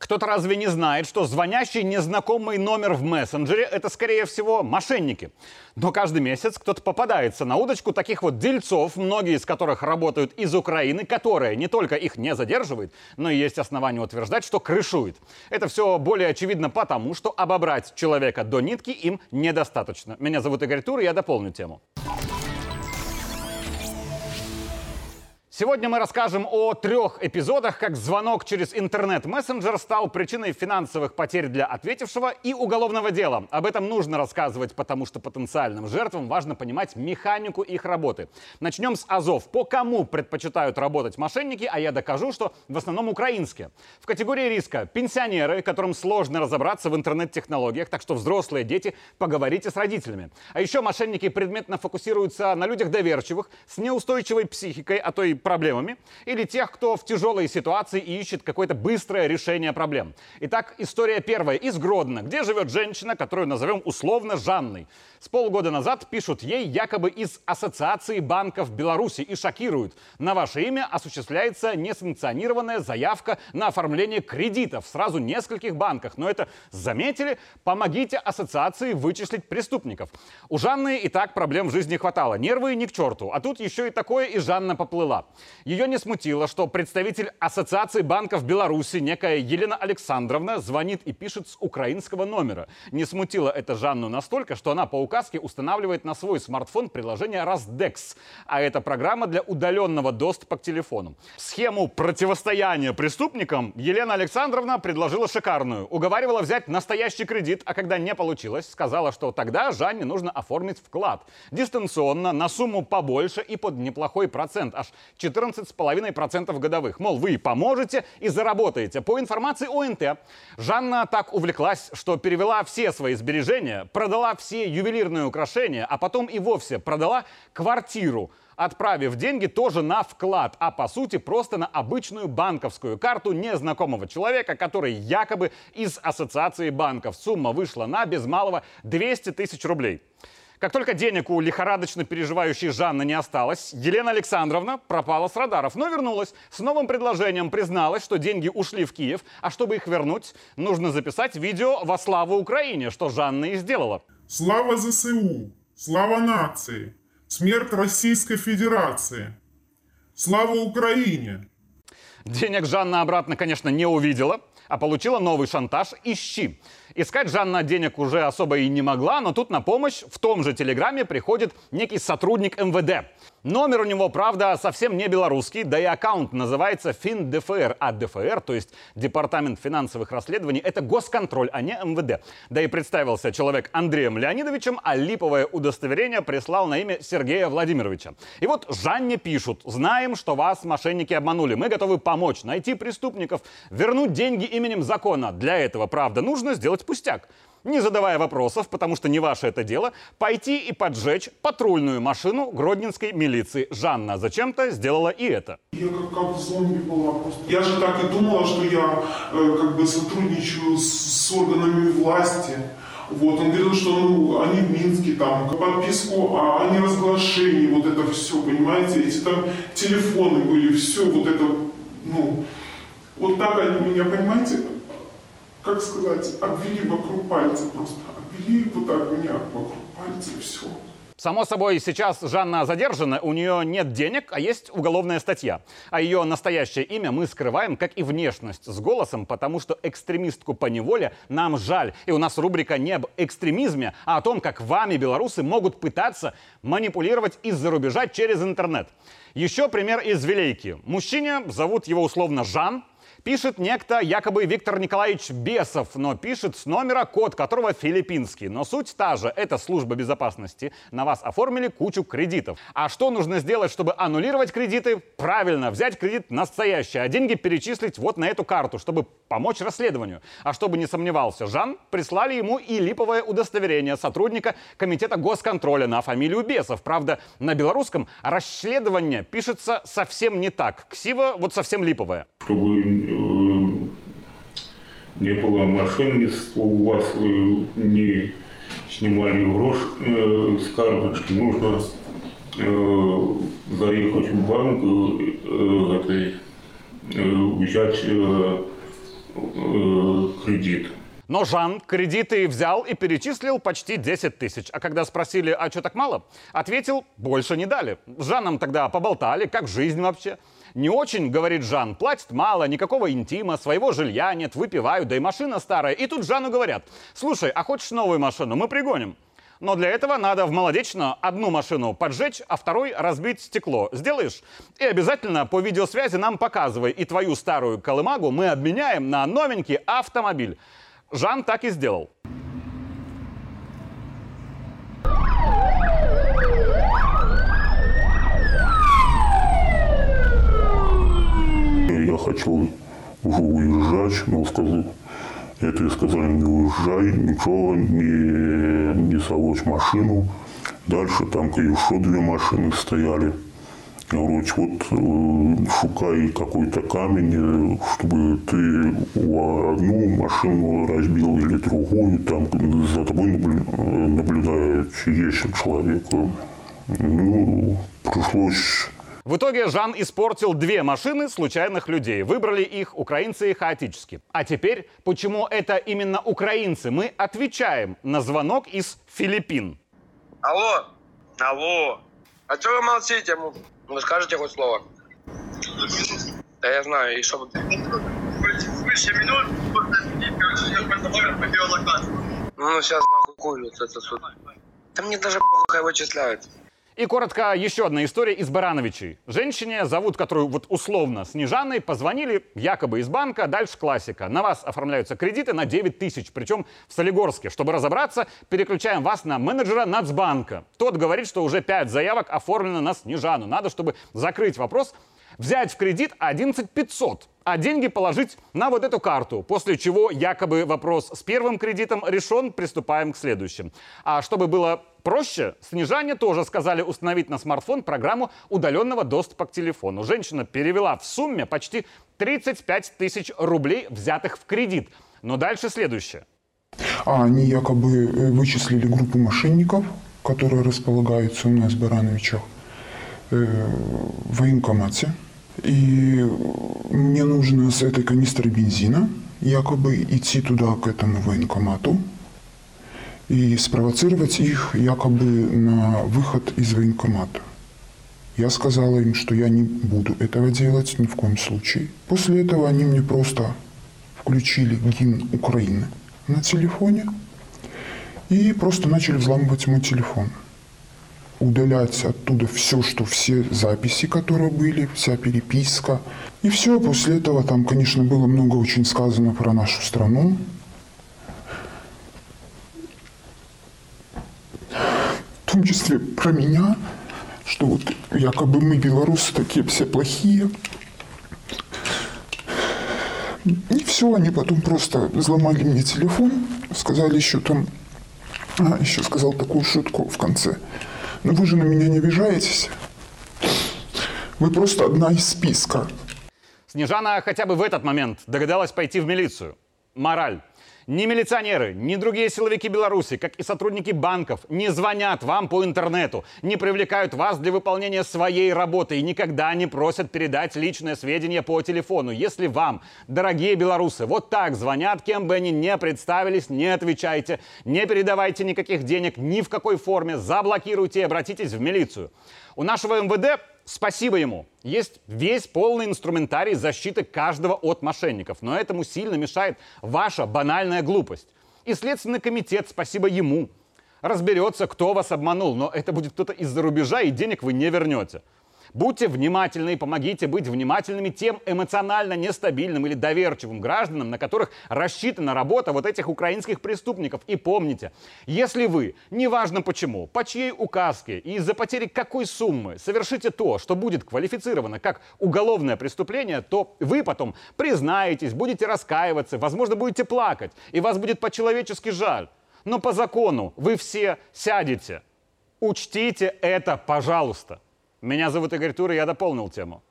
Кто-то разве не знает, что звонящий незнакомый номер в мессенджере – это, скорее всего, мошенники? Но каждый месяц кто-то попадается на удочку таких вот дельцов, многие из которых работают из Украины, которая не только их не задерживает, но и есть основания утверждать, что крышует. Это все более очевидно потому, что обобрать человека до нитки им недостаточно. Меня зовут Игорь Тур, и я дополню тему. Сегодня мы расскажем о 3 эпизодах, как звонок через интернет-мессенджер стал причиной финансовых потерь для ответившего и уголовного дела. Об этом нужно рассказывать, потому что потенциальным жертвам важно понимать механику их работы. Начнем с азов. По кому предпочитают работать мошенники, а я докажу, что в основном украинские. В категории риска пенсионеры, которым сложно разобраться в интернет-технологиях, так что взрослые дети, поговорите с родителями. А еще мошенники предметно фокусируются на людях доверчивых, с неустойчивой психикой, а то и проблемами, или тех, кто в тяжелой ситуации и ищет какое-то быстрое решение проблем. Итак, история первая из Гродно, где живет женщина, которую назовем условно Жанной. С полгода назад пишут ей якобы из Ассоциации банков Беларуси и шокируют. На ваше имя осуществляется несанкционированная заявка на оформление кредитов в сразу нескольких банках. Но это заметили? Помогите ассоциации вычислить преступников. У Жанны и так проблем в жизни хватало. Нервы ни к черту. А тут еще и такое, и Жанна поплыла. Ее не смутило, что представитель Ассоциации банков Беларуси, некая Елена Александровна, звонит и пишет с украинского номера. Не смутило это Жанну настолько, что она по указке устанавливает на свой смартфон приложение Росдекс, а это программа для удаленного доступа к телефону. Схему противостояния преступникам Елена Александровна предложила шикарную. Уговаривала взять настоящий кредит, а когда не получилось, сказала, что тогда Жанне нужно оформить вклад. Дистанционно, на сумму побольше и под неплохой процент, аж 14,5% годовых. Мол, вы поможете и заработаете. По информации ОНТ, Жанна так увлеклась, что перевела все свои сбережения, продала все ювелирные украшения, а потом и вовсе продала квартиру, отправив деньги тоже на вклад, а по сути просто на обычную банковскую карту незнакомого человека, который якобы из Ассоциации банков. Сумма вышла на без малого 200 тысяч рублей. Как только денег у лихорадочно переживающей Жанны не осталось, Елена Александровна пропала с радаров, но вернулась с новым предложением, призналась, что деньги ушли в Киев, а чтобы их вернуть, нужно записать видео во славу Украине, что Жанна и сделала. Слава ЗСУ, слава нации, смерть Российской Федерации, слава Украине. Денег Жанна обратно, конечно, не увидела, а получила новый шантаж «Ищи». Искать Жанна денег уже особо и не могла, но тут на помощь в том же Телеграме приходит некий сотрудник МВД. Номер у него, правда, совсем не белорусский, да и аккаунт называется ФинДФР. А ДФР, то есть Департамент финансовых расследований, это госконтроль, а не МВД. Да и представился человек Андреем Леонидовичем, а липовое удостоверение прислал на имя Сергея Владимировича. И вот Жанне пишут: знаем, что вас мошенники обманули, мы готовы помочь найти преступников, вернуть деньги именем закона. Для этого, правда, нужно сделать пустяк. Не задавая вопросов, потому что не ваше это дело, пойти и поджечь патрульную машину гродненской милиции. Жанна зачем-то сделала и это. Я как зомби была просто. Я же так и думала, что я как бы сотрудничаю с органами власти. Вот, он говорил, что они в Минске, там, подписку о неразглашении, вот это все, понимаете, эти там телефоны были, все, вот это, вот так они меня, понимаете, как сказать, обвели вокруг пальца просто. Обвели вот так меня вокруг пальца и все. Само собой, сейчас Жанна задержана, у нее нет денег, а есть уголовная статья. А ее настоящее имя мы скрываем, как и внешность с голосом, потому что экстремистку по неволе нам жаль. И у нас рубрика не об экстремизме, а о том, как вами белорусы могут пытаться манипулировать из-за рубежа через интернет. Еще пример из Вилейки. Мужчине, зовут его условно Жан, пишет некто якобы Виктор Николаевич Бесов, но пишет с номера, код которого филиппинский. Но суть та же. Это служба безопасности. На вас оформили кучу кредитов. А что нужно сделать, чтобы аннулировать кредиты? Правильно, взять кредит настоящий, а деньги перечислить вот на эту карту, чтобы помочь расследованию. А чтобы не сомневался Жан, прислали ему и липовое удостоверение сотрудника комитета госконтроля на фамилию Бесов. Правда, на белорусском расследование пишется совсем не так. Ксива вот совсем липовое. Чтобы не было мошенничества у вас, не снимали гроши с карточки, нужно заехать в банк, взять кредит. Но Жан кредиты взял и перечислил почти 10 тысяч. А когда спросили, а что так мало, ответил, больше не дали. С Жаном тогда поболтали, как жизнь вообще. Не очень, говорит Жан, платит мало, никакого интима, своего жилья нет, выпивают, да и машина старая. И тут Жану говорят, слушай, а хочешь новую машину, мы пригоним. Но для этого надо в Молодечно одну машину поджечь, а второй разбить стекло. Сделаешь? И обязательно по видеосвязи нам показывай. И твою старую колымагу мы обменяем на новенький автомобиль. Жан так и сделал. Я хотел уже уезжать, но сказали, не уезжай, ничего, не заводь машину. Дальше там еще 2 машины стояли. Говорить, вот шукай какой-то камень, чтобы ты одну машину разбил или другую, там за тобой наблюдает еще человек. Ну, пришлось... В итоге Жан испортил 2 машины случайных людей. Выбрали их украинцы хаотически. А теперь, почему это именно украинцы? Мы отвечаем на звонок из Филиппин. Алло, алло. А что вы молчите? Ну скажите хоть слово. Да я знаю, и что вы... Выше минут, ну сейчас нахуй курят это суд. Да мне даже похуй вычисляют. И коротко еще одна история из Барановичей. Женщине, зовут которую вот условно Снежаной, позвонили якобы из банка, дальше классика. На вас оформляются кредиты на 9 тысяч, причем в Солигорске. Чтобы разобраться, переключаем вас на менеджера Нацбанка. Тот говорит, что уже 5 заявок оформлено на Снежану. Надо, чтобы закрыть вопрос, взять в кредит 11 500, а деньги положить на вот эту карту. После чего якобы вопрос с первым кредитом решен, приступаем к следующим. А чтобы было проще, Снежане тоже сказали установить на смартфон программу удаленного доступа к телефону. Женщина перевела в сумме почти 35 тысяч рублей, взятых в кредит. Но дальше следующее. Они якобы вычислили группу мошенников, которые располагаются у нас в Барановичах, в военкомате. И мне нужно с этой канистрой бензина якобы идти туда, к этому военкомату, и спровоцировать их якобы на выход из военкомата. Я сказала им, что я не буду этого делать ни в коем случае. После этого они мне просто включили гимн Украины на телефоне и просто начали взламывать мой телефон. Удалять оттуда все записи, которые были, вся переписка. И все, после этого там, конечно, было много очень сказано про нашу страну. В том числе про меня, что вот якобы мы, белорусы, такие все плохие. И все, они потом просто взломали мне телефон, сказали еще там, еще сказал такую шутку в конце. Но вы же на меня не обижаетесь. Вы просто одна из списка. Снежана хотя бы в этот момент догадалась пойти в милицию. Мораль. Ни милиционеры, ни другие силовики Беларуси, как и сотрудники банков, не звонят вам по интернету, не привлекают вас для выполнения своей работы и никогда не просят передать личные сведения по телефону. Если вам, дорогие белорусы, вот так звонят, кем бы они ни представились, не отвечайте, не передавайте никаких денег ни в какой форме, заблокируйте и обратитесь в милицию. У нашего МВД, спасибо ему, есть весь полный инструментарий защиты каждого от мошенников. Но этому сильно мешает ваша банальная глупость. И Следственный комитет, спасибо ему, разберется, кто вас обманул. Но это будет кто-то из-за рубежа, и денег вы не вернете. Будьте внимательны и помогите быть внимательными тем эмоционально нестабильным или доверчивым гражданам, на которых рассчитана работа вот этих украинских преступников. И помните, если вы, неважно почему, по чьей указке и из-за потери какой суммы совершите то, что будет квалифицировано как уголовное преступление, то вы потом признаетесь, будете раскаиваться, возможно, будете плакать, и вас будет по-человечески жаль. Но по закону вы все сядете. Учтите это, пожалуйста. Меня зовут Игорь Тур, и я дополнил тему.